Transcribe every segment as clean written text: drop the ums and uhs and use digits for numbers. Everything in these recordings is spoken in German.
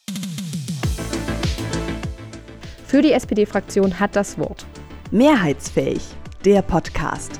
Für die SPD-Fraktion hat das Wort Mehrheitsfähig, der Podcast.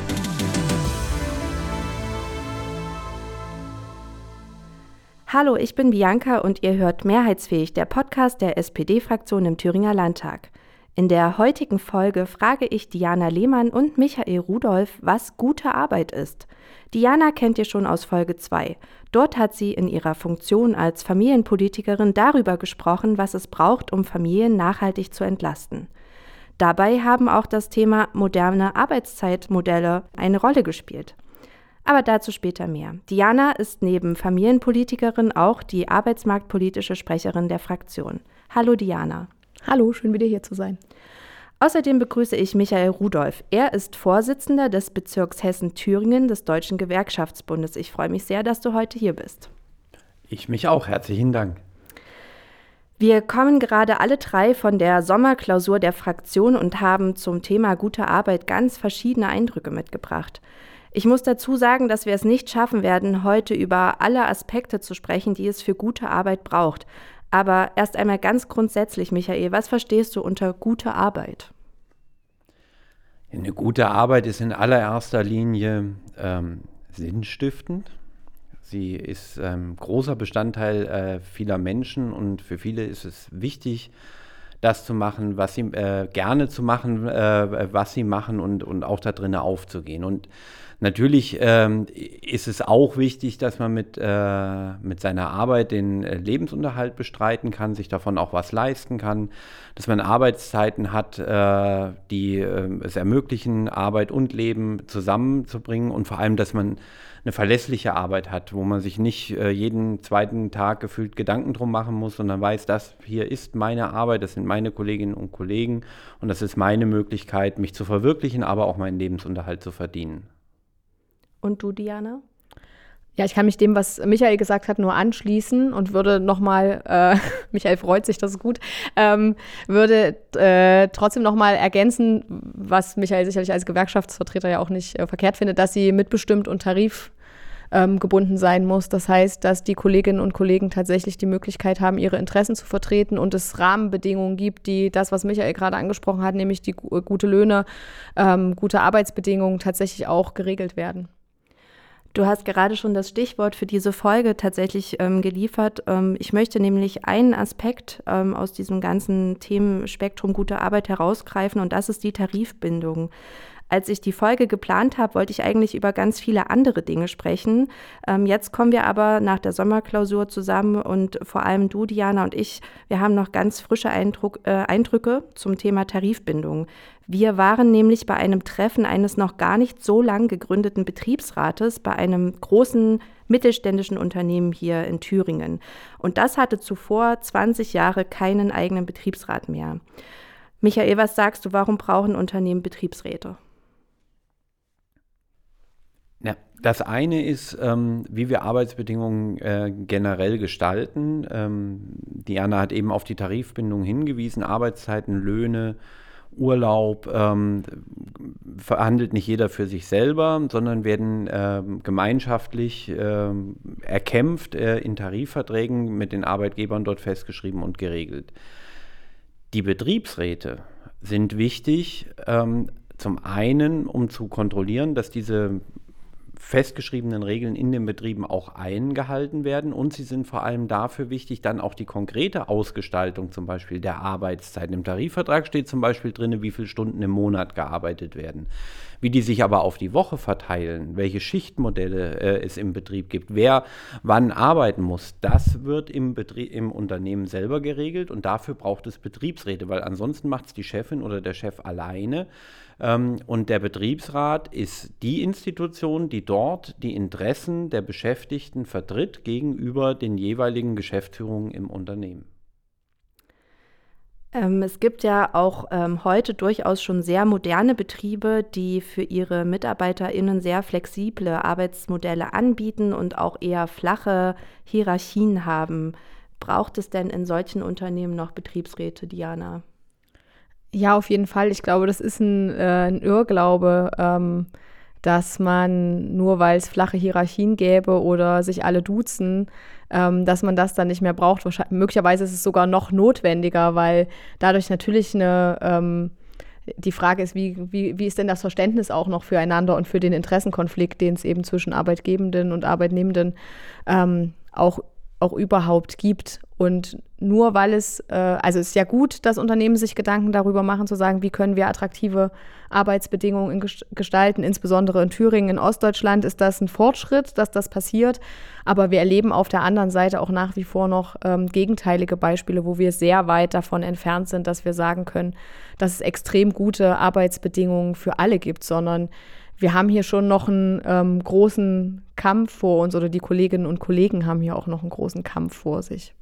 Hallo, ich bin Bianca und ihr hört Mehrheitsfähig, der Podcast der SPD-Fraktion im Thüringer Landtag. In der heutigen Folge frage ich Diana Lehmann und Michael Rudolph, was gute Arbeit ist. Diana kennt ihr schon aus Folge 2. Dort hat sie in ihrer Funktion als Familienpolitikerin darüber gesprochen, was es braucht, um Familien nachhaltig zu entlasten. Dabei haben auch das Thema moderne Arbeitszeitmodelle eine Rolle gespielt. Aber dazu später mehr. Diana ist neben Familienpolitikerin auch die arbeitsmarktpolitische Sprecherin der Fraktion. Hallo Diana. Hallo, schön wieder hier zu sein. Außerdem begrüße ich Michael Rudolph. Er ist Vorsitzender des Bezirks Hessen-Thüringen des Deutschen Gewerkschaftsbundes. Ich freue mich sehr, dass du heute hier bist. Ich mich auch. Herzlichen Dank. Wir kommen gerade alle drei von der Sommerklausur der Fraktion und haben zum Thema gute Arbeit ganz verschiedene Eindrücke mitgebracht. Ich muss dazu sagen, dass wir es nicht schaffen werden, heute über alle Aspekte zu sprechen, die es für gute Arbeit braucht. Aber erst einmal ganz grundsätzlich, Michael, was verstehst du unter gute Arbeit? Eine gute Arbeit ist in allererster Linie sinnstiftend. Sie ist großer Bestandteil vieler Menschen und für viele ist es wichtig, das zu machen, was sie gerne zu machen, was sie machen und auch da drinnen aufzugehen. Und natürlich ist es auch wichtig, dass man mit seiner Arbeit den Lebensunterhalt bestreiten kann, sich davon auch was leisten kann, dass man Arbeitszeiten hat, die es ermöglichen, Arbeit und Leben zusammenzubringen und vor allem, dass man eine verlässliche Arbeit hat, wo man sich nicht jeden zweiten Tag gefühlt Gedanken drum machen muss, sondern weiß, das hier ist meine Arbeit, das sind meine Kolleginnen und Kollegen und das ist meine Möglichkeit, mich zu verwirklichen, aber auch meinen Lebensunterhalt zu verdienen. Und du, Diana? Ja, ich kann mich dem, was Michael gesagt hat, nur anschließen und würde nochmal, Michael freut sich, das ist gut, würde trotzdem nochmal ergänzen, was Michael sicherlich als Gewerkschaftsvertreter ja auch nicht verkehrt findet, dass sie mitbestimmt und tarifgebunden sein muss. Das heißt, dass die Kolleginnen und Kollegen tatsächlich die Möglichkeit haben, ihre Interessen zu vertreten und es Rahmenbedingungen gibt, die das, was Michael gerade angesprochen hat, nämlich die gute Löhne, gute Arbeitsbedingungen tatsächlich auch geregelt werden. Du hast gerade schon das Stichwort für diese Folge tatsächlich geliefert. Ich möchte nämlich einen Aspekt aus diesem ganzen Themenspektrum gute Arbeit herausgreifen und das ist die Tarifbindung. Als ich die Folge geplant habe, wollte ich eigentlich über ganz viele andere Dinge sprechen. Jetzt kommen wir aber nach der Sommerklausur zusammen und vor allem du, Diana, und ich, wir haben noch ganz frische Eindrücke zum Thema Tarifbindung. Wir waren nämlich bei einem Treffen eines noch gar nicht so lang gegründeten Betriebsrates bei einem großen mittelständischen Unternehmen hier in Thüringen. Und das hatte zuvor 20 Jahre keinen eigenen Betriebsrat mehr. Michael, was sagst du, warum brauchen Unternehmen Betriebsräte? Ja, das eine ist, wie wir Arbeitsbedingungen generell gestalten. Diana hat eben auf die Tarifbindung hingewiesen, Arbeitszeiten, Löhne, Urlaub, verhandelt nicht jeder für sich selber, sondern werden gemeinschaftlich erkämpft in Tarifverträgen mit den Arbeitgebern dort festgeschrieben und geregelt. Die Betriebsräte sind wichtig, zum einen, um zu kontrollieren, dass diese festgeschriebenen Regeln in den Betrieben auch eingehalten werden und sie sind vor allem dafür wichtig, dann auch die konkrete Ausgestaltung zum Beispiel der Arbeitszeiten. Im Tarifvertrag steht zum Beispiel drin, wie viele Stunden im Monat gearbeitet werden. Wie die sich aber auf die Woche verteilen, welche Schichtmodelle es im Betrieb gibt, wer wann arbeiten muss, das wird im Unternehmen selber geregelt und dafür braucht es Betriebsräte, weil ansonsten macht es die Chefin oder der Chef alleine. Und der Betriebsrat ist die Institution, die dort die Interessen der Beschäftigten vertritt gegenüber den jeweiligen Geschäftsführungen im Unternehmen. Es gibt ja auch heute durchaus schon sehr moderne Betriebe, die für ihre MitarbeiterInnen sehr flexible Arbeitsmodelle anbieten und auch eher flache Hierarchien haben. Braucht es denn in solchen Unternehmen noch Betriebsräte, Diana? Ja, auf jeden Fall. Ich glaube, das ist ein Irrglaube, dass man nur weil es flache Hierarchien gäbe oder sich alle duzen, dass man das dann nicht mehr braucht. Möglicherweise ist es sogar noch notwendiger, weil dadurch natürlich die Frage ist, wie ist denn das Verständnis auch noch füreinander und für den Interessenkonflikt, den es eben zwischen Arbeitgebenden und Arbeitnehmenden auch überhaupt gibt. Und nur weil also es ist ja gut, dass Unternehmen sich Gedanken darüber machen, zu sagen, wie können wir attraktive Arbeitsbedingungen gestalten, insbesondere in Thüringen, in Ostdeutschland ist das ein Fortschritt, dass das passiert. Aber wir erleben auf der anderen Seite auch nach wie vor noch gegenteilige Beispiele, wo wir sehr weit davon entfernt sind, dass wir sagen können, dass es extrem gute Arbeitsbedingungen für alle gibt, sondern wir haben hier schon noch einen großen Kampf vor uns oder die Kolleginnen und Kollegen haben hier auch noch einen großen Kampf vor sich.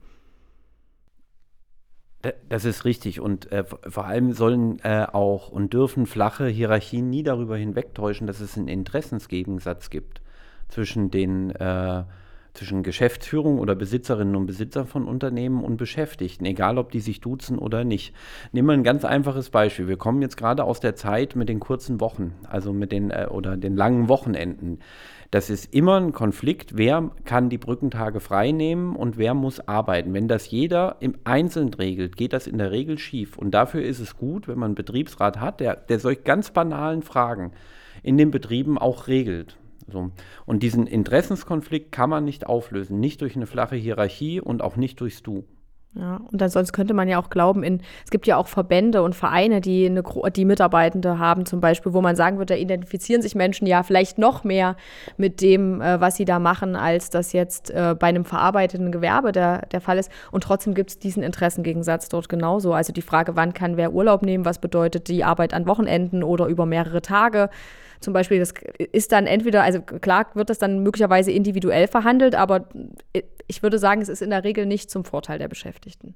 Das ist richtig und vor allem sollen auch und dürfen flache Hierarchien nie darüber hinwegtäuschen, dass es einen Interessensgegensatz gibt zwischen zwischen Geschäftsführung oder Besitzerinnen und Besitzern von Unternehmen und Beschäftigten, egal ob die sich duzen oder nicht. Nehmen wir ein ganz einfaches Beispiel. Wir kommen jetzt gerade aus der Zeit mit den kurzen Wochen, also mit den langen Wochenenden. Das ist immer ein Konflikt, wer kann die Brückentage frei nehmen und wer muss arbeiten. Wenn das jeder im Einzelnen regelt, geht das in der Regel schief. Und dafür ist es gut, wenn man einen Betriebsrat hat, der solch ganz banalen Fragen in den Betrieben auch regelt. So. Und diesen Interessenskonflikt kann man nicht auflösen, nicht durch eine flache Hierarchie und auch nicht durchs Du. Ja, und sonst könnte man ja auch glauben, es gibt ja auch Verbände und Vereine, die Mitarbeitende haben zum Beispiel, wo man sagen würde, da identifizieren sich Menschen ja vielleicht noch mehr mit dem, was sie da machen, als das jetzt bei einem verarbeitenden Gewerbe der Fall ist. Und trotzdem gibt es diesen Interessengegensatz dort genauso. Also die Frage, wann kann wer Urlaub nehmen, was bedeutet die Arbeit an Wochenenden oder über mehrere Tage. Zum Beispiel, das ist dann entweder, also klar wird das dann möglicherweise individuell verhandelt, aber ich würde sagen, es ist in der Regel nicht zum Vorteil der Beschäftigten.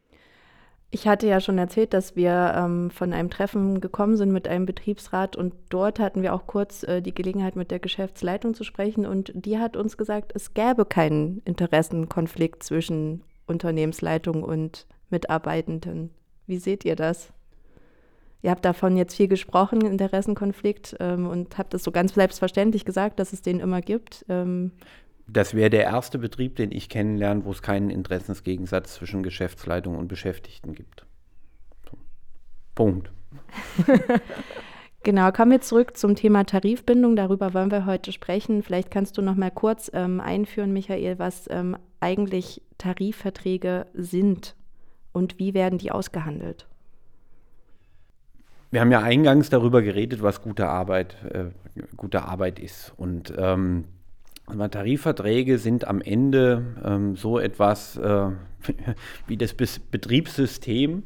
Ich hatte ja schon erzählt, dass wir von einem Treffen gekommen sind mit einem Betriebsrat und dort hatten wir auch kurz die Gelegenheit, mit der Geschäftsleitung zu sprechen und die hat uns gesagt, es gäbe keinen Interessenkonflikt zwischen Unternehmensleitung und Mitarbeitenden. Wie seht ihr das? Ihr habt davon jetzt viel gesprochen, Interessenkonflikt, und habt es so ganz selbstverständlich gesagt, dass es den immer gibt. Das wäre der erste Betrieb, den ich kennenlerne, wo es keinen Interessensgegensatz zwischen Geschäftsleitung und Beschäftigten gibt. So. Punkt. Genau, kommen wir zurück zum Thema Tarifbindung. Darüber wollen wir heute sprechen. Vielleicht kannst du noch mal kurz einführen, Michael, was eigentlich Tarifverträge sind und wie werden die ausgehandelt? Wir haben ja eingangs darüber geredet, was gute Arbeit ist. Und Tarifverträge sind am Ende so etwas wie das Betriebssystem,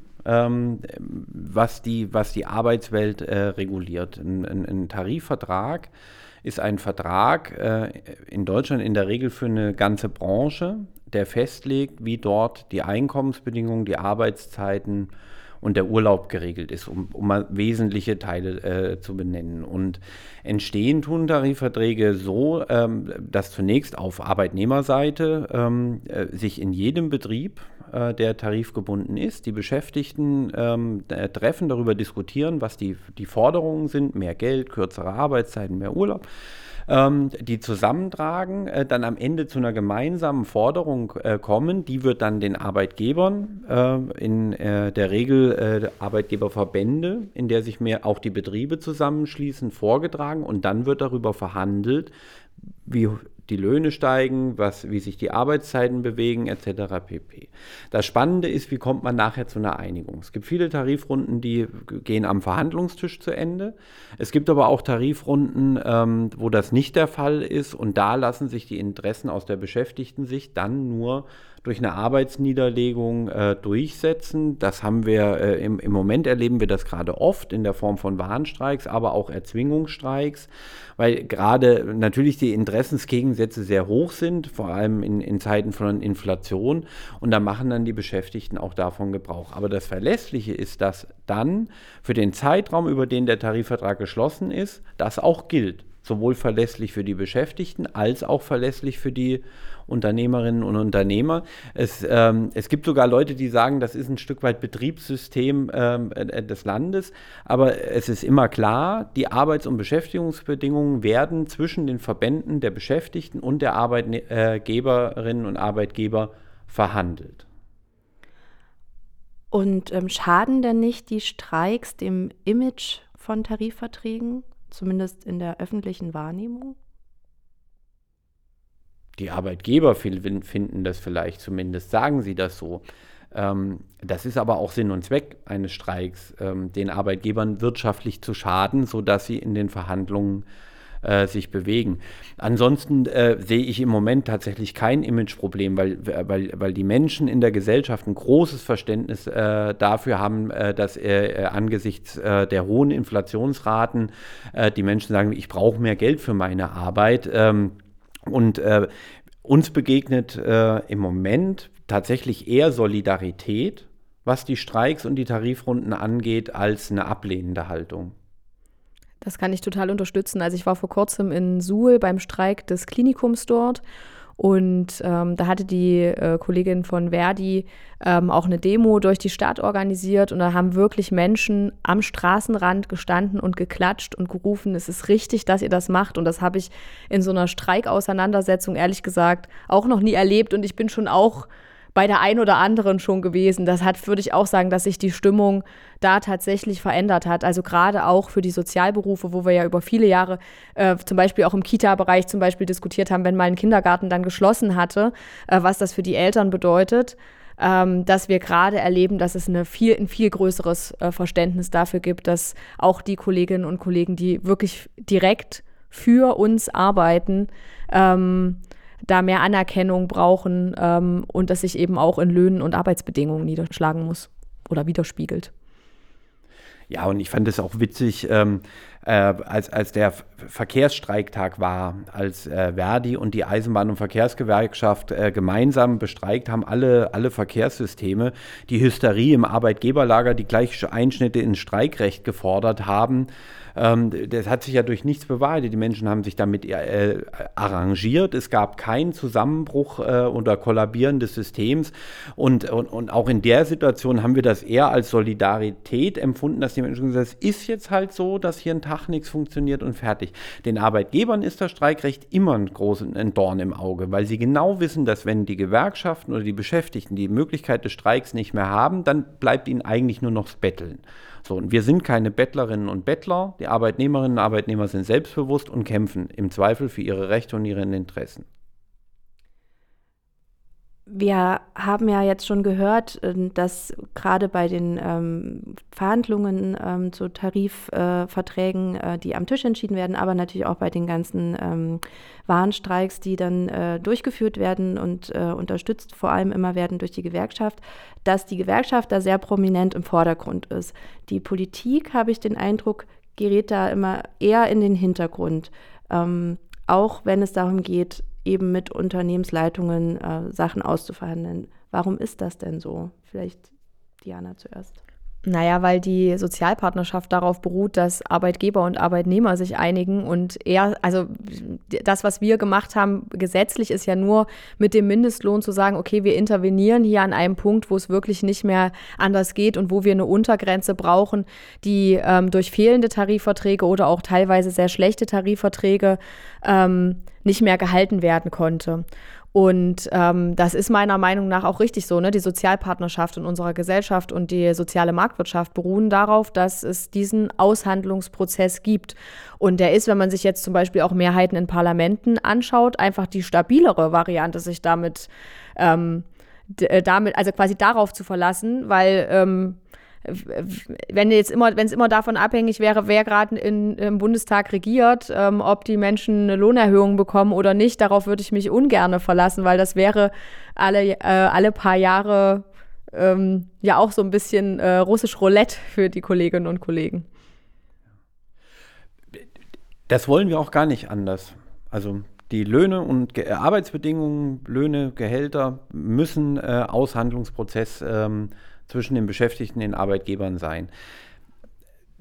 was die Arbeitswelt reguliert. Ein Tarifvertrag ist ein Vertrag in Deutschland in der Regel für eine ganze Branche, der festlegt, wie dort die Einkommensbedingungen, die Arbeitszeiten und der Urlaub geregelt ist, um mal wesentliche Teile zu benennen. Und entstehen tun Tarifverträge so, dass zunächst auf Arbeitnehmerseite sich in jedem Betrieb, der tarifgebunden ist, die Beschäftigten treffen, darüber diskutieren, was die Forderungen sind, mehr Geld, kürzere Arbeitszeiten, mehr Urlaub, die zusammentragen, dann am Ende zu einer gemeinsamen Forderung kommen. Die wird dann den Arbeitgebern, in der Regel Arbeitgeberverbände, in der sich auch die Betriebe zusammenschließen, vorgetragen und dann wird darüber verhandelt, wie die Löhne steigen, wie sich die Arbeitszeiten bewegen, etc. pp. Das Spannende ist, wie kommt man nachher zu einer Einigung? Es gibt viele Tarifrunden, die gehen am Verhandlungstisch zu Ende. Es gibt aber auch Tarifrunden, wo das nicht der Fall ist und da lassen sich die Interessen aus der Beschäftigten-Sicht dann nur durch eine Arbeitsniederlegung durchsetzen. Das haben wir im Moment erleben wir das gerade oft in der Form von Warnstreiks, aber auch Erzwingungsstreiks, weil gerade natürlich die Interessensgegensätze sehr hoch sind, vor allem in Zeiten von Inflation und da machen dann die Beschäftigten auch davon Gebrauch. Aber das Verlässliche ist, dass dann für den Zeitraum, über den der Tarifvertrag geschlossen ist, das auch gilt. sowohl verlässlich für die Beschäftigten als auch verlässlich für die Unternehmerinnen und Unternehmer. Es gibt sogar Leute, die sagen, das ist ein Stück weit Betriebssystem des Landes, aber es ist immer klar, die Arbeits- und Beschäftigungsbedingungen werden zwischen den Verbänden der Beschäftigten und der Arbeitgeberinnen und Arbeitgeber verhandelt. Und schaden denn nicht die Streiks dem Image von Tarifverträgen, zumindest in der öffentlichen Wahrnehmung? Die Arbeitgeber finden das vielleicht, zumindest sagen sie das so. Das ist aber auch Sinn und Zweck eines Streiks, den Arbeitgebern wirtschaftlich zu schaden, sodass sie in den Verhandlungen sich bewegen. Ansonsten sehe ich im Moment tatsächlich kein Imageproblem, weil die Menschen in der Gesellschaft ein großes Verständnis dafür haben, dass angesichts der hohen Inflationsraten die Menschen sagen, ich brauche mehr Geld für meine Arbeit. Und uns begegnet im Moment tatsächlich eher Solidarität, was die Streiks und die Tarifrunden angeht, als eine ablehnende Haltung. Das kann ich total unterstützen. Also ich war vor kurzem in Suhl beim Streik des Klinikums dort und da hatte die Kollegin von Verdi auch eine Demo durch die Stadt organisiert und da haben wirklich Menschen am Straßenrand gestanden und geklatscht und gerufen, es ist richtig, dass ihr das macht, und das habe ich in so einer Streikauseinandersetzung ehrlich gesagt auch noch nie erlebt, und ich bin schon auch bei der einen oder anderen schon gewesen. Das würde ich auch sagen, dass sich die Stimmung da tatsächlich verändert hat. Also gerade auch für die Sozialberufe, wo wir ja über viele Jahre zum Beispiel auch im Kita-Bereich zum Beispiel diskutiert haben, wenn mal ein Kindergarten dann geschlossen hatte, was das für die Eltern bedeutet, dass wir gerade erleben, dass es ein viel größeres Verständnis dafür gibt, dass auch die Kolleginnen und Kollegen, die wirklich direkt für uns arbeiten, da mehr Anerkennung brauchen und das sich eben auch in Löhnen und Arbeitsbedingungen niederschlagen muss oder widerspiegelt. Ja, und ich fand es auch witzig, als der Verkehrsstreiktag war, als Verdi und die Eisenbahn- und Verkehrsgewerkschaft gemeinsam bestreikt haben, alle Verkehrssysteme, die Hysterie im Arbeitgeberlager, die gleich Einschnitte ins Streikrecht gefordert haben. Das hat sich ja durch nichts bewahrheitet. Die Menschen haben sich damit arrangiert. Es gab keinen Zusammenbruch oder Kollabieren des Systems. Und auch in der Situation haben wir das eher als Solidarität empfunden, dass die Menschen gesagt haben, es ist jetzt halt so, dass hier ein Tag nichts funktioniert und fertig. Den Arbeitgebern ist das Streikrecht immer ein Dorn im Auge, weil sie genau wissen, dass wenn die Gewerkschaften oder die Beschäftigten die Möglichkeit des Streiks nicht mehr haben, dann bleibt ihnen eigentlich nur noch das Betteln. So, und wir sind keine Bettlerinnen und Bettler. Die Arbeitnehmerinnen und Arbeitnehmer sind selbstbewusst und kämpfen im Zweifel für ihre Rechte und ihre Interessen. Wir haben ja jetzt schon gehört, dass gerade bei den Verhandlungen zu Tarifverträgen, die am Tisch entschieden werden, aber natürlich auch bei den ganzen Warnstreiks, die dann durchgeführt werden und unterstützt vor allem immer werden durch die Gewerkschaft, dass die Gewerkschaft da sehr prominent im Vordergrund ist. Die Politik, habe ich den Eindruck, gerät da immer eher in den Hintergrund, auch wenn es darum geht, eben mit Unternehmensleitungen Sachen auszuverhandeln. Warum ist das denn so? Vielleicht Diana zuerst. Naja, weil die Sozialpartnerschaft darauf beruht, dass Arbeitgeber und Arbeitnehmer sich einigen und also das, was wir gemacht haben, gesetzlich ist ja nur mit dem Mindestlohn zu sagen, okay, wir intervenieren hier an einem Punkt, wo es wirklich nicht mehr anders geht und wo wir eine Untergrenze brauchen, die durch fehlende Tarifverträge oder auch teilweise sehr schlechte Tarifverträge nicht mehr gehalten werden konnte. Und das ist meiner Meinung nach auch richtig so, ne? Die Sozialpartnerschaft in unserer Gesellschaft und die soziale Marktwirtschaft beruhen darauf, dass es diesen Aushandlungsprozess gibt. Und der ist, wenn man sich jetzt zum Beispiel auch Mehrheiten in Parlamenten anschaut, einfach die stabilere Variante, sich damit also quasi darauf zu verlassen, weil wenn es immer davon abhängig wäre, wer gerade im Bundestag regiert, ob die Menschen eine Lohnerhöhung bekommen oder nicht, darauf würde ich mich ungern verlassen, weil das wäre alle paar Jahre ja auch so ein bisschen russisch Roulette für die Kolleginnen und Kollegen. Das wollen wir auch gar nicht anders. Also die Löhne und Arbeitsbedingungen, Löhne, Gehälter müssen Aushandlungsprozess zwischen den Beschäftigten und den Arbeitgebern sein.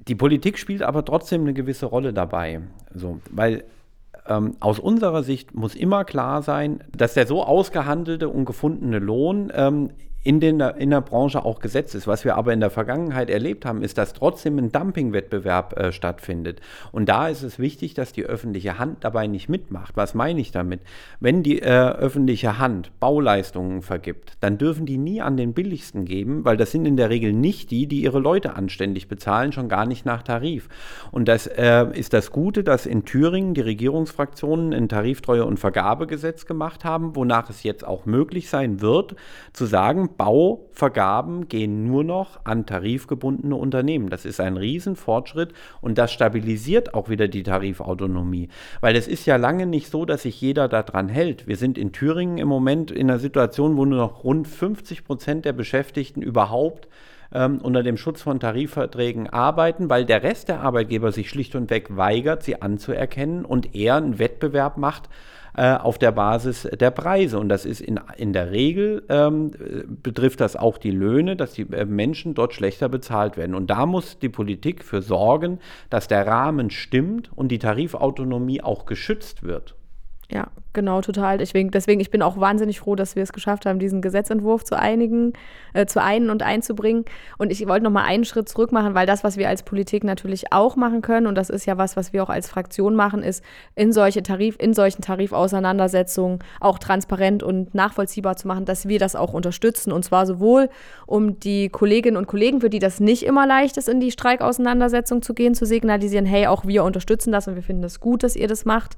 Die Politik spielt aber trotzdem eine gewisse Rolle dabei, so, weil aus unserer Sicht muss immer klar sein, dass der so ausgehandelte und gefundene Lohn in der Branche auch gesetzt ist. Was wir aber in der Vergangenheit erlebt haben, ist, dass trotzdem ein Dumpingwettbewerb stattfindet. Und da ist es wichtig, dass die öffentliche Hand dabei nicht mitmacht. Was meine ich damit? Wenn die öffentliche Hand Bauleistungen vergibt, dann dürfen die nie an den billigsten geben, weil das sind in der Regel nicht die ihre Leute anständig bezahlen, schon gar nicht nach Tarif. Und das ist das Gute, dass in Thüringen die Regierungsfraktionen ein Tariftreue- und Vergabegesetz gemacht haben, wonach es jetzt auch möglich sein wird, zu sagen, Bauvergaben gehen nur noch an tarifgebundene Unternehmen. Das ist ein Riesenfortschritt und das stabilisiert auch wieder die Tarifautonomie. Weil es ist ja lange nicht so, dass sich jeder daran hält. Wir sind in Thüringen im Moment in einer Situation, wo nur noch rund 50% der Beschäftigten überhaupt unter dem Schutz von Tarifverträgen arbeiten, weil der Rest der Arbeitgeber sich schlicht und weg weigert, sie anzuerkennen und eher einen Wettbewerb macht auf der Basis der Preise. Und das ist in der Regel, betrifft das auch die Löhne, dass die Menschen dort schlechter bezahlt werden. Und da muss die Politik für sorgen, dass der Rahmen stimmt und die Tarifautonomie auch geschützt wird. Ja, genau, total. Deswegen, ich bin auch wahnsinnig froh, dass wir es geschafft haben, diesen Gesetzentwurf zu einen und einzubringen. Und ich wollte noch mal einen Schritt zurück machen, weil das, was wir als Politik natürlich auch machen können, und das ist ja was wir auch als Fraktion machen, ist in solchen Tarifauseinandersetzungen auch transparent und nachvollziehbar zu machen, dass wir das auch unterstützen. Und zwar sowohl, um die Kolleginnen und Kollegen, für die das nicht immer leicht ist, in die Streikauseinandersetzung zu gehen, zu signalisieren, hey, auch wir unterstützen das und wir finden es gut, dass ihr das macht.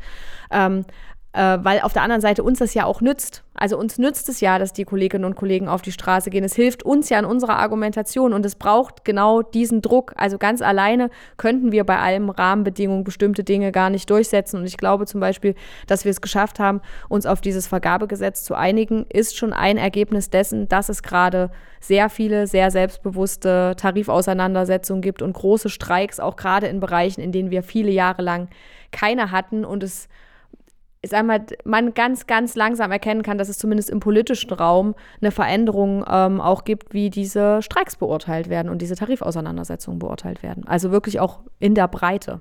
Weil auf der anderen Seite uns das ja auch nützt. Also uns nützt es ja, dass die Kolleginnen und Kollegen auf die Straße gehen. Es hilft uns ja in unserer Argumentation und es braucht genau diesen Druck. Also ganz alleine könnten wir bei allen Rahmenbedingungen bestimmte Dinge gar nicht durchsetzen. Und ich glaube zum Beispiel, dass wir es geschafft haben, uns auf dieses Vergabegesetz zu einigen, ist schon ein Ergebnis dessen, dass es gerade sehr viele, sehr selbstbewusste Tarifauseinandersetzungen gibt und große Streiks, auch gerade in Bereichen, in denen wir viele Jahre lang keine hatten und es man ganz, ganz langsam erkennen kann, dass es zumindest im politischen Raum eine Veränderung auch gibt, wie diese Streiks beurteilt werden und diese Tarifauseinandersetzungen beurteilt werden. Also wirklich auch in der Breite.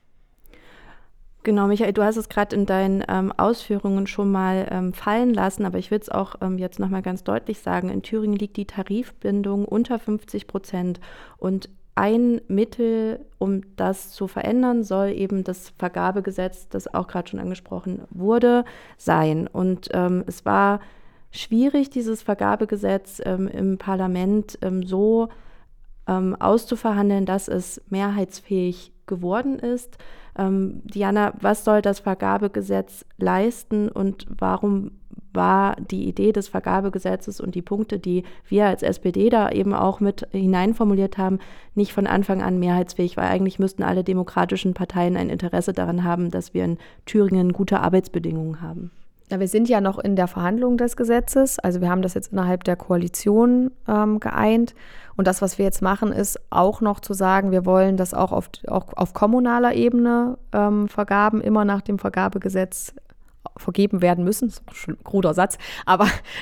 Genau, Michael, du hast es gerade in deinen Ausführungen schon mal fallen lassen, aber ich will es auch jetzt nochmal ganz deutlich sagen. In Thüringen liegt die Tarifbindung unter 50% und ein Mittel, um das zu verändern, soll eben das Vergabegesetz, das auch gerade schon angesprochen wurde, sein. Und es war schwierig, dieses Vergabegesetz im Parlament so auszuverhandeln, dass es mehrheitsfähig geworden ist. Diana, was soll das Vergabegesetz leisten und warum war die Idee des Vergabegesetzes und die Punkte, die wir als SPD da eben auch mit hineinformuliert haben, nicht von Anfang an mehrheitsfähig, weil eigentlich müssten alle demokratischen Parteien ein Interesse daran haben, dass wir in Thüringen gute Arbeitsbedingungen haben. Ja, wir sind ja noch in der Verhandlung des Gesetzes, also wir haben das jetzt innerhalb der Koalition geeint und das, was wir jetzt machen, ist auch noch zu sagen, wir wollen das auch auf kommunaler Ebene Vergaben immer nach dem Vergabegesetz vergeben werden müssen, das ist ein kruder Satz, aber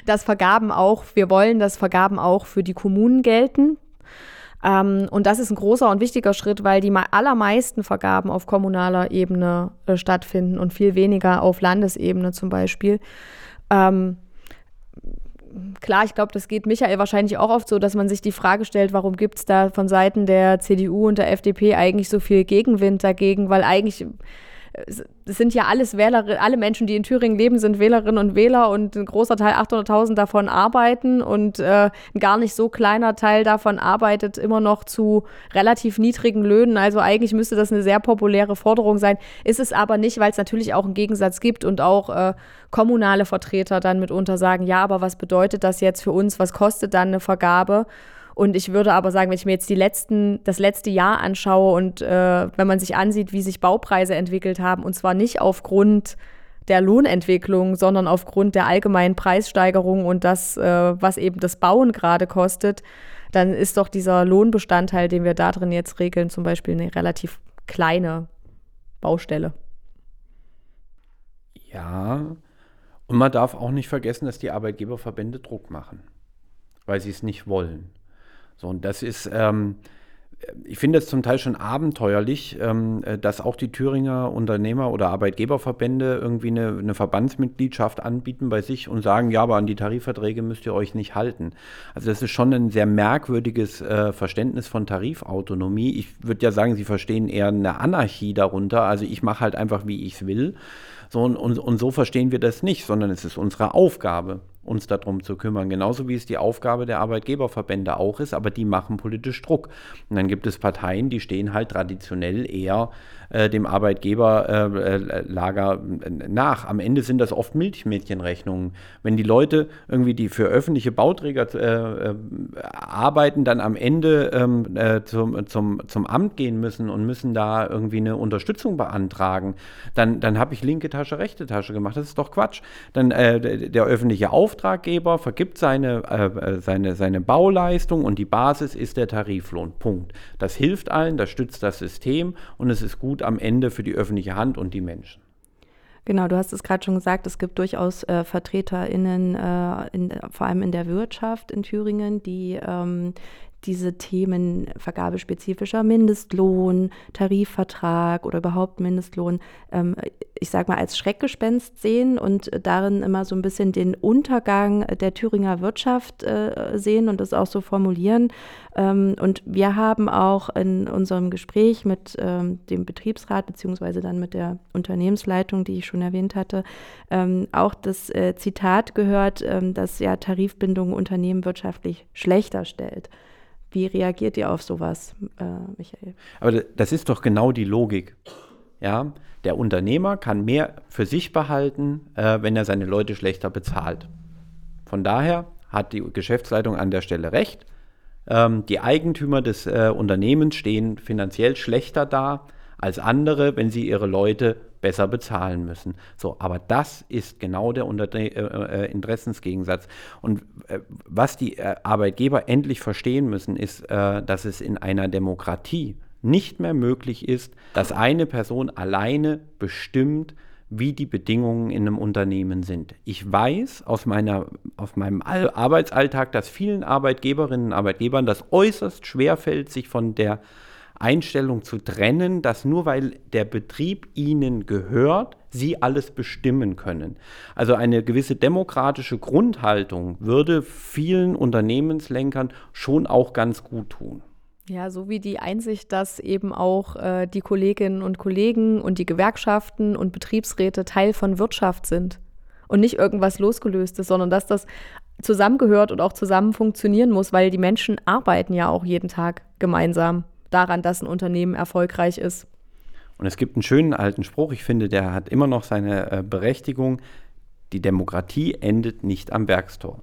wir wollen, dass Vergaben auch für die Kommunen gelten. Und das ist ein großer und wichtiger Schritt, weil die allermeisten Vergaben auf kommunaler Ebene stattfinden und viel weniger auf Landesebene zum Beispiel. Klar, ich glaube, das geht Michael wahrscheinlich auch oft so, dass man sich die Frage stellt, warum gibt es da von Seiten der CDU und der FDP eigentlich so viel Gegenwind dagegen, weil eigentlich es sind ja alles Wählerinnen, alle Menschen, die in Thüringen leben, sind Wählerinnen und Wähler und ein großer Teil, 800.000 davon arbeiten und ein gar nicht so kleiner Teil davon arbeitet immer noch zu relativ niedrigen Löhnen. Also eigentlich müsste das eine sehr populäre Forderung sein. Ist es aber nicht, weil es natürlich auch einen Gegensatz gibt und auch kommunale Vertreter dann mitunter sagen, ja, aber was bedeutet das jetzt für uns? Was kostet dann eine Vergabe? Und ich würde aber sagen, wenn ich mir jetzt das letzte Jahr anschaue und wenn man sich ansieht, wie sich Baupreise entwickelt haben, und zwar nicht aufgrund der Lohnentwicklung, sondern aufgrund der allgemeinen Preissteigerung und das, was eben das Bauen gerade kostet, dann ist doch dieser Lohnbestandteil, den wir da drin jetzt regeln, zum Beispiel eine relativ kleine Baustelle. Ja, und man darf auch nicht vergessen, dass die Arbeitgeberverbände Druck machen, weil sie es nicht wollen. So, und das ist, Ich finde es zum Teil schon abenteuerlich, dass auch die Thüringer Unternehmer- oder Arbeitgeberverbände irgendwie eine Verbandsmitgliedschaft anbieten bei sich und sagen, ja, aber an die Tarifverträge müsst ihr euch nicht halten. Also das ist schon ein sehr merkwürdiges Verständnis von Tarifautonomie. Ich würde ja sagen, sie verstehen eher eine Anarchie darunter. Also ich mache halt einfach, wie ich es will. So, und so verstehen wir das nicht, sondern es ist unsere Aufgabe, uns darum zu kümmern. Genauso wie es die Aufgabe der Arbeitgeberverbände auch ist, aber die machen politisch Druck. Und dann gibt es Parteien, die stehen halt traditionell eher dem Arbeitgeberlager nach. Am Ende sind das oft Milchmädchenrechnungen. Wenn die Leute irgendwie, die für öffentliche Bauträger arbeiten, dann am Ende zum Amt gehen müssen und müssen da irgendwie eine Unterstützung beantragen, dann habe ich linke Tasche, rechte Tasche gemacht. Das ist doch Quatsch. Dann der öffentliche Auftraggeber vergibt seine Bauleistung und die Basis ist der Tariflohn. Punkt. Das hilft allen, das stützt das System und es ist gut am Ende für die öffentliche Hand und die Menschen. Genau, du hast es gerade schon gesagt, es gibt durchaus VertreterInnen, vor allem in der Wirtschaft in Thüringen, die diese Themen vergabespezifischer Mindestlohn, Tarifvertrag oder überhaupt Mindestlohn, ich sag mal, als Schreckgespenst sehen und darin immer so ein bisschen den Untergang der Thüringer Wirtschaft sehen und das auch so formulieren. Und wir haben auch in unserem Gespräch mit dem Betriebsrat beziehungsweise dann mit der Unternehmensleitung, die ich schon erwähnt hatte, auch das Zitat gehört, dass ja Tarifbindung Unternehmen wirtschaftlich schlechter stellt. Wie reagiert ihr auf sowas, Michael? Aber das ist doch genau die Logik. Ja? Der Unternehmer kann mehr für sich behalten, wenn er seine Leute schlechter bezahlt. Von daher hat die Geschäftsleitung an der Stelle recht. Die Eigentümer des Unternehmens stehen finanziell schlechter da als andere, wenn sie ihre Leute besser bezahlen müssen. So, aber das ist genau der Interessensgegensatz. Und was die Arbeitgeber endlich verstehen müssen, ist, dass es in einer Demokratie nicht mehr möglich ist, dass eine Person alleine bestimmt, wie die Bedingungen in einem Unternehmen sind. Ich weiß aus meinem Arbeitsalltag, dass vielen Arbeitgeberinnen und Arbeitgebern das äußerst schwerfällt, sich von der Einstellung zu trennen, dass nur weil der Betrieb ihnen gehört, sie alles bestimmen können. Also eine gewisse demokratische Grundhaltung würde vielen Unternehmenslenkern schon auch ganz gut tun. Ja, so wie die Einsicht, dass eben auch die Kolleginnen und Kollegen und die Gewerkschaften und Betriebsräte Teil von Wirtschaft sind und nicht irgendwas Losgelöstes, sondern dass das zusammengehört und auch zusammen funktionieren muss, weil die Menschen arbeiten ja auch jeden Tag gemeinsam daran, dass ein Unternehmen erfolgreich ist. Und es gibt einen schönen alten Spruch, ich finde, der hat immer noch seine Berechtigung: Die Demokratie endet nicht am Werkstor.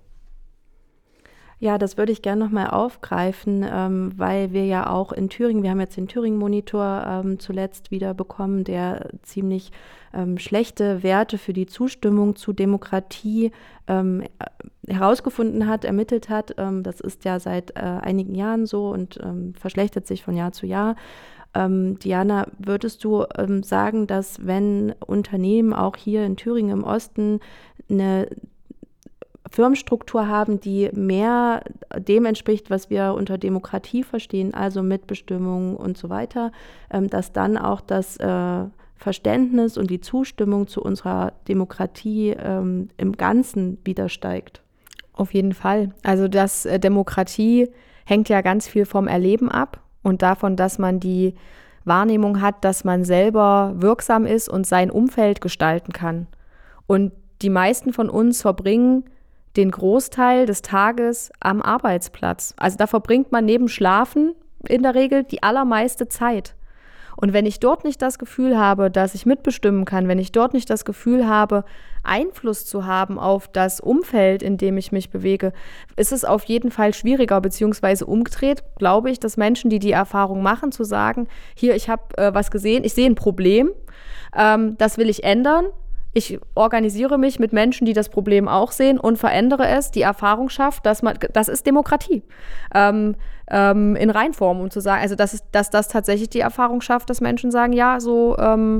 Ja, das würde ich gerne nochmal aufgreifen, weil wir ja auch in Thüringen, wir haben jetzt den Thüringen-Monitor zuletzt wieder bekommen, der ziemlich schlechte Werte für die Zustimmung zu Demokratie herausgefunden hat, ermittelt hat. Das ist ja seit einigen Jahren so und verschlechtert sich von Jahr zu Jahr. Diana, würdest du sagen, dass wenn Unternehmen auch hier in Thüringen im Osten eine Firmenstruktur haben, die mehr dem entspricht, was wir unter Demokratie verstehen, also Mitbestimmung und so weiter, dass dann auch das Verständnis und die Zustimmung zu unserer Demokratie im Ganzen wieder steigt? Auf jeden Fall. Also Demokratie hängt ja ganz viel vom Erleben ab und davon, dass man die Wahrnehmung hat, dass man selber wirksam ist und sein Umfeld gestalten kann. Und die meisten von uns verbringen den Großteil des Tages am Arbeitsplatz. Also da verbringt man neben Schlafen in der Regel die allermeiste Zeit. Und wenn ich dort nicht das Gefühl habe, dass ich mitbestimmen kann, wenn ich dort nicht das Gefühl habe, Einfluss zu haben auf das Umfeld, in dem ich mich bewege, ist es auf jeden Fall schwieriger, beziehungsweise umgedreht, glaube ich, dass Menschen, die die Erfahrung machen, zu sagen, hier, ich habe was gesehen, ich sehe ein Problem, das will ich ändern. Ich organisiere mich mit Menschen, die das Problem auch sehen und verändere es, die Erfahrung schafft, das ist Demokratie in Reinform, um zu sagen, also dass das tatsächlich die Erfahrung schafft, dass Menschen sagen, ja, so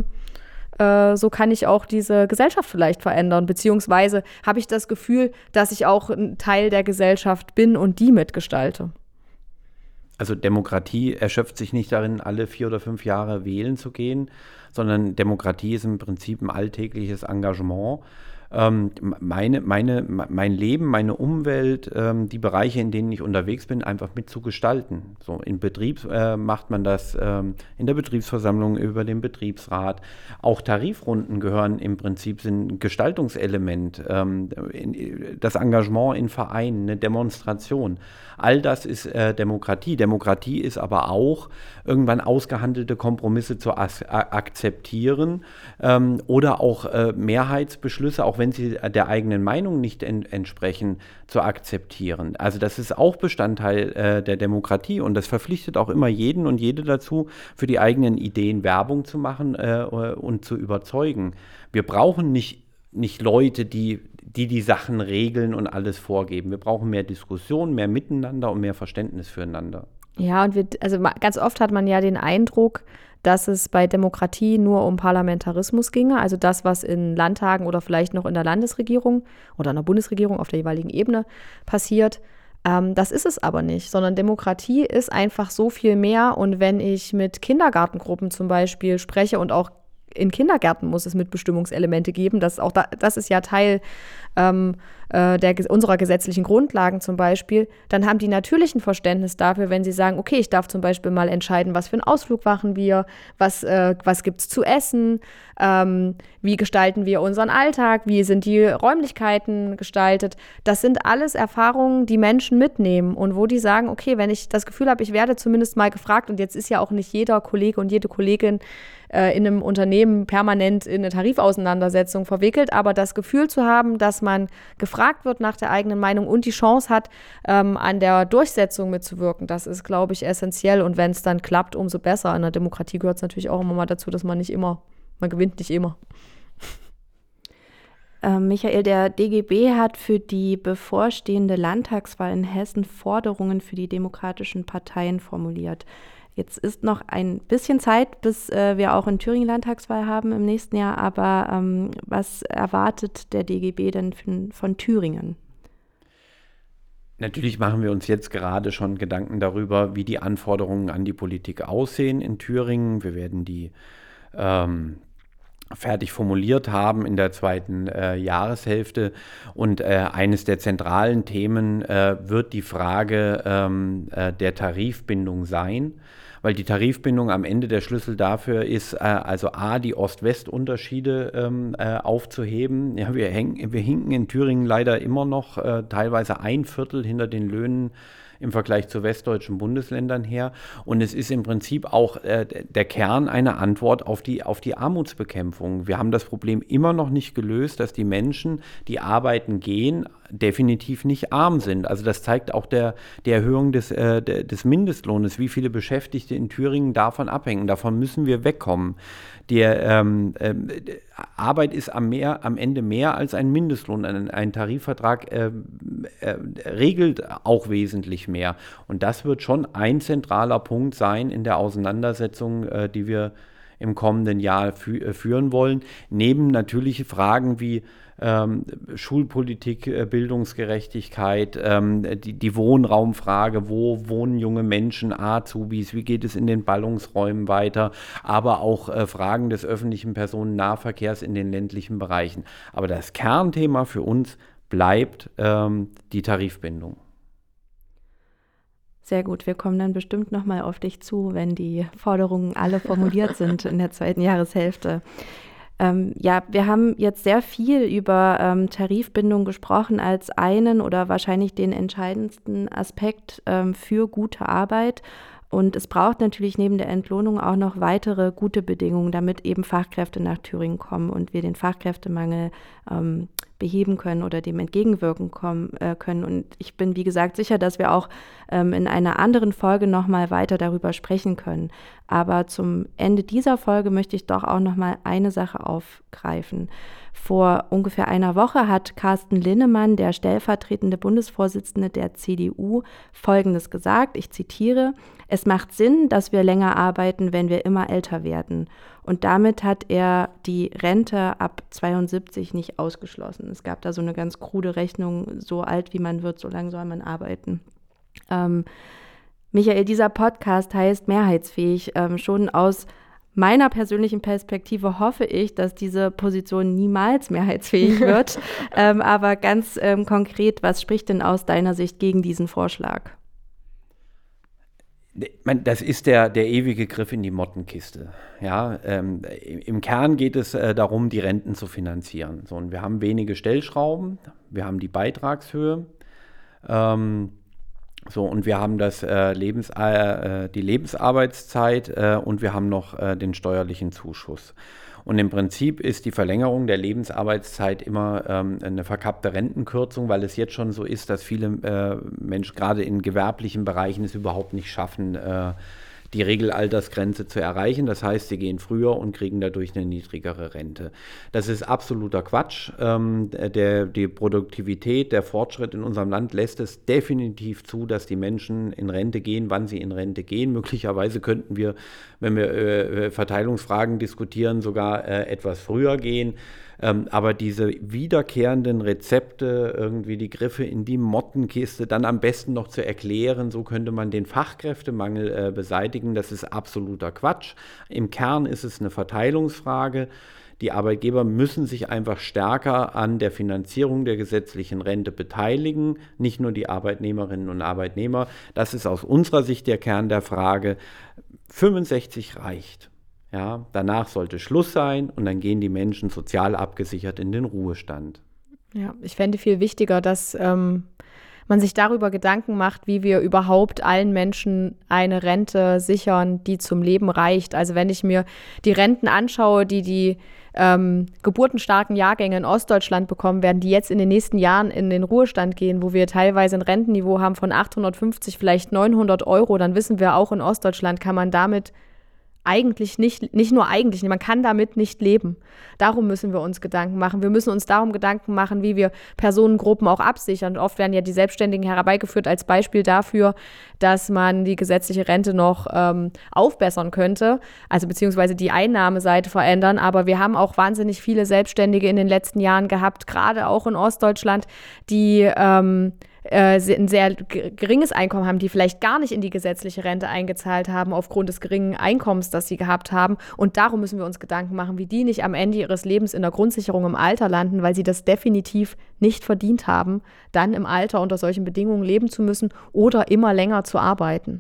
kann ich auch diese Gesellschaft vielleicht verändern, beziehungsweise habe ich das Gefühl, dass ich auch ein Teil der Gesellschaft bin und die mitgestalte. Also Demokratie erschöpft sich nicht darin, alle 4 oder 5 Jahre wählen zu gehen, sondern Demokratie ist im Prinzip ein alltägliches Engagement. Mein Leben, meine Umwelt, die Bereiche, in denen ich unterwegs bin, einfach mitzugestalten. So im Betrieb macht man das in der Betriebsversammlung über den Betriebsrat. Auch Tarifrunden gehören im Prinzip, sind ein Gestaltungselement. Das Engagement in Vereinen, eine Demonstration. All das ist Demokratie. Demokratie ist aber auch, irgendwann ausgehandelte Kompromisse zu akzeptieren oder auch Mehrheitsbeschlüsse, auch wenn sie der eigenen Meinung nicht entsprechen, zu akzeptieren. Also das ist auch Bestandteil der Demokratie und das verpflichtet auch immer jeden und jede dazu, für die eigenen Ideen Werbung zu machen und zu überzeugen. Wir brauchen nicht Leute, die Sachen regeln und alles vorgeben. Wir brauchen mehr Diskussion, mehr Miteinander und mehr Verständnis füreinander. Ja, und ganz oft hat man ja den Eindruck, dass es bei Demokratie nur um Parlamentarismus ginge, also das, was in Landtagen oder vielleicht noch in der Landesregierung oder in der Bundesregierung auf der jeweiligen Ebene passiert. Das ist es aber nicht, sondern Demokratie ist einfach so viel mehr. Und wenn ich mit Kindergartengruppen zum Beispiel spreche und auch in Kindergärten muss es Mitbestimmungselemente geben. Das ist ja Teil unserer gesetzlichen Grundlagen zum Beispiel. Dann haben die natürlich ein Verständnis dafür, wenn sie sagen, okay, ich darf zum Beispiel mal entscheiden, was für einen Ausflug machen wir, was gibt es zu essen, wie gestalten wir unseren Alltag, wie sind die Räumlichkeiten gestaltet. Das sind alles Erfahrungen, die Menschen mitnehmen und wo die sagen, okay, wenn ich das Gefühl habe, ich werde zumindest mal gefragt, und jetzt ist ja auch nicht jeder Kollege und jede Kollegin in einem Unternehmen permanent in eine Tarifauseinandersetzung verwickelt, aber das Gefühl zu haben, dass man gefragt wird nach der eigenen Meinung und die Chance hat, an der Durchsetzung mitzuwirken, das ist, glaube ich, essentiell. Und wenn es dann klappt, umso besser. In der Demokratie gehört es natürlich auch immer mal dazu, dass man gewinnt nicht immer. Michael, der DGB hat für die bevorstehende Landtagswahl in Hessen Forderungen für die demokratischen Parteien formuliert. Jetzt ist noch ein bisschen Zeit, bis wir auch in Thüringen Landtagswahl haben im nächsten Jahr. Aber was erwartet der DGB denn von Thüringen? Natürlich machen wir uns jetzt gerade schon Gedanken darüber, wie die Anforderungen an die Politik aussehen in Thüringen. Wir werden die fertig formuliert haben in der zweiten Jahreshälfte. Und eines der zentralen Themen wird die Frage der Tarifbindung sein, weil die Tarifbindung am Ende der Schlüssel dafür ist, also die Ost-West-Unterschiede aufzuheben. Ja, wir hinken in Thüringen leider immer noch teilweise 1/4 hinter den Löhnen im Vergleich zu westdeutschen Bundesländern her. Und es ist im Prinzip auch der Kern einer Antwort auf die Armutsbekämpfung. Wir haben das Problem immer noch nicht gelöst, dass die Menschen, die arbeiten gehen, definitiv nicht arm sind. Also das zeigt auch die Erhöhung des Mindestlohnes, wie viele Beschäftigte in Thüringen davon abhängen. Davon müssen wir wegkommen. Die Arbeit ist am Ende mehr als ein Mindestlohn. Ein Tarifvertrag regelt auch wesentlich mehr. Und das wird schon ein zentraler Punkt sein in der Auseinandersetzung, die wir im kommenden Jahr führen wollen. Neben natürliche Fragen wie Schulpolitik, Bildungsgerechtigkeit, die Wohnraumfrage, wo wohnen junge Menschen, Azubis, wie geht es in den Ballungsräumen weiter, aber auch Fragen des öffentlichen Personennahverkehrs in den ländlichen Bereichen. Aber das Kernthema für uns bleibt die Tarifbindung. Sehr gut, wir kommen dann bestimmt nochmal auf dich zu, wenn die Forderungen alle formuliert sind in der zweiten Jahreshälfte. Wir haben jetzt sehr viel über Tarifbindung gesprochen als einen oder wahrscheinlich den entscheidendsten Aspekt für gute Arbeit. Und es braucht natürlich neben der Entlohnung auch noch weitere gute Bedingungen, damit eben Fachkräfte nach Thüringen kommen und wir den Fachkräftemangel beheben können oder dem entgegenwirken können. Und ich bin, wie gesagt, sicher, dass wir auch in einer anderen Folge nochmal weiter darüber sprechen können. Aber zum Ende dieser Folge möchte ich doch auch nochmal eine Sache aufgreifen. Vor ungefähr einer Woche hat Carsten Linnemann, der stellvertretende Bundesvorsitzende der CDU, Folgendes gesagt, ich zitiere: Es macht Sinn, dass wir länger arbeiten, wenn wir immer älter werden. Und damit hat er die Rente ab 72 nicht ausgeschlossen. Es gab da so eine ganz krude Rechnung, so alt wie man wird, so lange soll man arbeiten. Michael, dieser Podcast heißt mehrheitsfähig. Schon aus meiner persönlichen Perspektive hoffe ich, dass diese Position niemals mehrheitsfähig wird. Aber ganz konkret, was spricht denn aus deiner Sicht gegen diesen Vorschlag? Das ist der ewige Griff in die Mottenkiste. Ja, im Kern geht es darum, die Renten zu finanzieren. So, und wir haben wenige Stellschrauben, wir haben die Beitragshöhe, und wir haben die Lebensarbeitszeit und wir haben noch den steuerlichen Zuschuss. Und im Prinzip ist die Verlängerung der Lebensarbeitszeit immer eine verkappte Rentenkürzung, weil es jetzt schon so ist, dass viele Menschen gerade in gewerblichen Bereichen es überhaupt nicht schaffen, die Regelaltersgrenze zu erreichen. Das heißt, sie gehen früher und kriegen dadurch eine niedrigere Rente. Das ist absoluter Quatsch. Die Produktivität, der Fortschritt in unserem Land lässt es definitiv zu, dass die Menschen in Rente gehen, wann sie in Rente gehen. Möglicherweise könnten wir, wenn wir Verteilungsfragen diskutieren, sogar etwas früher gehen. Aber diese wiederkehrenden Rezepte, irgendwie die Griffe in die Mottenkiste, dann am besten noch zu erklären, so könnte man den Fachkräftemangel beseitigen, das ist absoluter Quatsch. Im Kern ist es eine Verteilungsfrage. Die Arbeitgeber müssen sich einfach stärker an der Finanzierung der gesetzlichen Rente beteiligen, nicht nur die Arbeitnehmerinnen und Arbeitnehmer. Das ist aus unserer Sicht der Kern der Frage. 65 reicht. Ja, danach sollte Schluss sein und dann gehen die Menschen sozial abgesichert in den Ruhestand. Ja, ich fände viel wichtiger, dass man sich darüber Gedanken macht, wie wir überhaupt allen Menschen eine Rente sichern, die zum Leben reicht. Also wenn ich mir die Renten anschaue, die geburtenstarken Jahrgänge in Ostdeutschland bekommen werden, die jetzt in den nächsten Jahren in den Ruhestand gehen, wo wir teilweise ein Rentenniveau haben von 850, vielleicht 900 Euro, dann wissen wir auch, in Ostdeutschland kann man damit man kann damit nicht leben. Darum müssen wir uns Gedanken machen. Wir müssen uns darum Gedanken machen, wie wir Personengruppen auch absichern. Oft werden ja die Selbstständigen herbeigeführt als Beispiel dafür, dass man die gesetzliche Rente noch aufbessern könnte, also beziehungsweise die Einnahmeseite verändern. Aber wir haben auch wahnsinnig viele Selbstständige in den letzten Jahren gehabt, gerade auch in Ostdeutschland, die ein sehr geringes Einkommen haben, die vielleicht gar nicht in die gesetzliche Rente eingezahlt haben aufgrund des geringen Einkommens, das sie gehabt haben. Und darum müssen wir uns Gedanken machen, wie die nicht am Ende ihres Lebens in der Grundsicherung im Alter landen, weil sie das definitiv nicht verdient haben, dann im Alter unter solchen Bedingungen leben zu müssen oder immer länger zu arbeiten.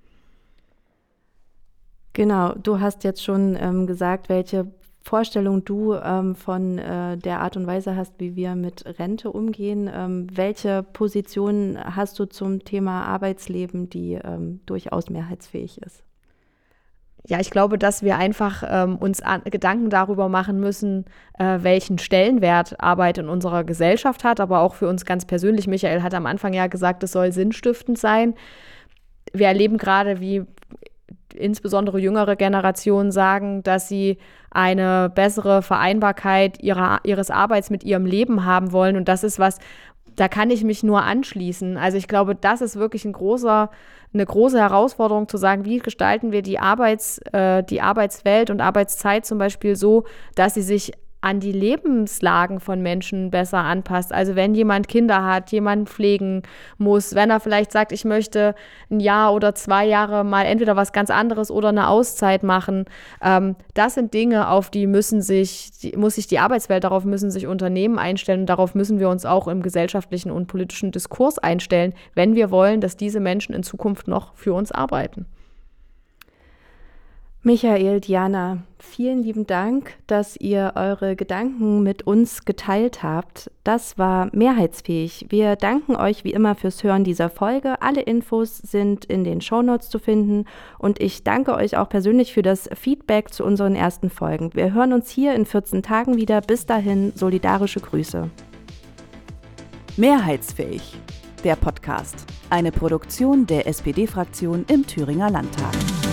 Genau, du hast jetzt schon gesagt, welche Vorstellung du von der Art und Weise hast, wie wir mit Rente umgehen. Welche Position hast du zum Thema Arbeitsleben, die durchaus mehrheitsfähig ist? Ja, ich glaube, dass wir einfach uns Gedanken darüber machen müssen, welchen Stellenwert Arbeit in unserer Gesellschaft hat, aber auch für uns ganz persönlich. Michael hat am Anfang ja gesagt, es soll sinnstiftend sein. Wir erleben gerade, wie insbesondere jüngere Generationen sagen, dass sie eine bessere Vereinbarkeit ihres Arbeits mit ihrem Leben haben wollen. Und das ist was, da kann ich mich nur anschließen. Also ich glaube, das ist wirklich eine große Herausforderung zu sagen, wie gestalten wir die Arbeitswelt und Arbeitszeit zum Beispiel so, dass sie sich an die Lebenslagen von Menschen besser anpasst. Also wenn jemand Kinder hat, jemanden pflegen muss, wenn er vielleicht sagt, ich möchte ein Jahr oder 2 Jahre mal entweder was ganz anderes oder eine Auszeit machen. Das sind Dinge, auf die muss sich die Arbeitswelt, darauf müssen sich Unternehmen einstellen und darauf müssen wir uns auch im gesellschaftlichen und politischen Diskurs einstellen, wenn wir wollen, dass diese Menschen in Zukunft noch für uns arbeiten. Michael, Diana, vielen lieben Dank, dass ihr eure Gedanken mit uns geteilt habt. Das war mehrheitsfähig. Wir danken euch wie immer fürs Hören dieser Folge. Alle Infos sind in den Shownotes zu finden und ich danke euch auch persönlich für das Feedback zu unseren ersten Folgen. Wir hören uns hier in 14 Tagen wieder. Bis dahin, solidarische Grüße. Mehrheitsfähig, der Podcast. Eine Produktion der SPD-Fraktion im Thüringer Landtag.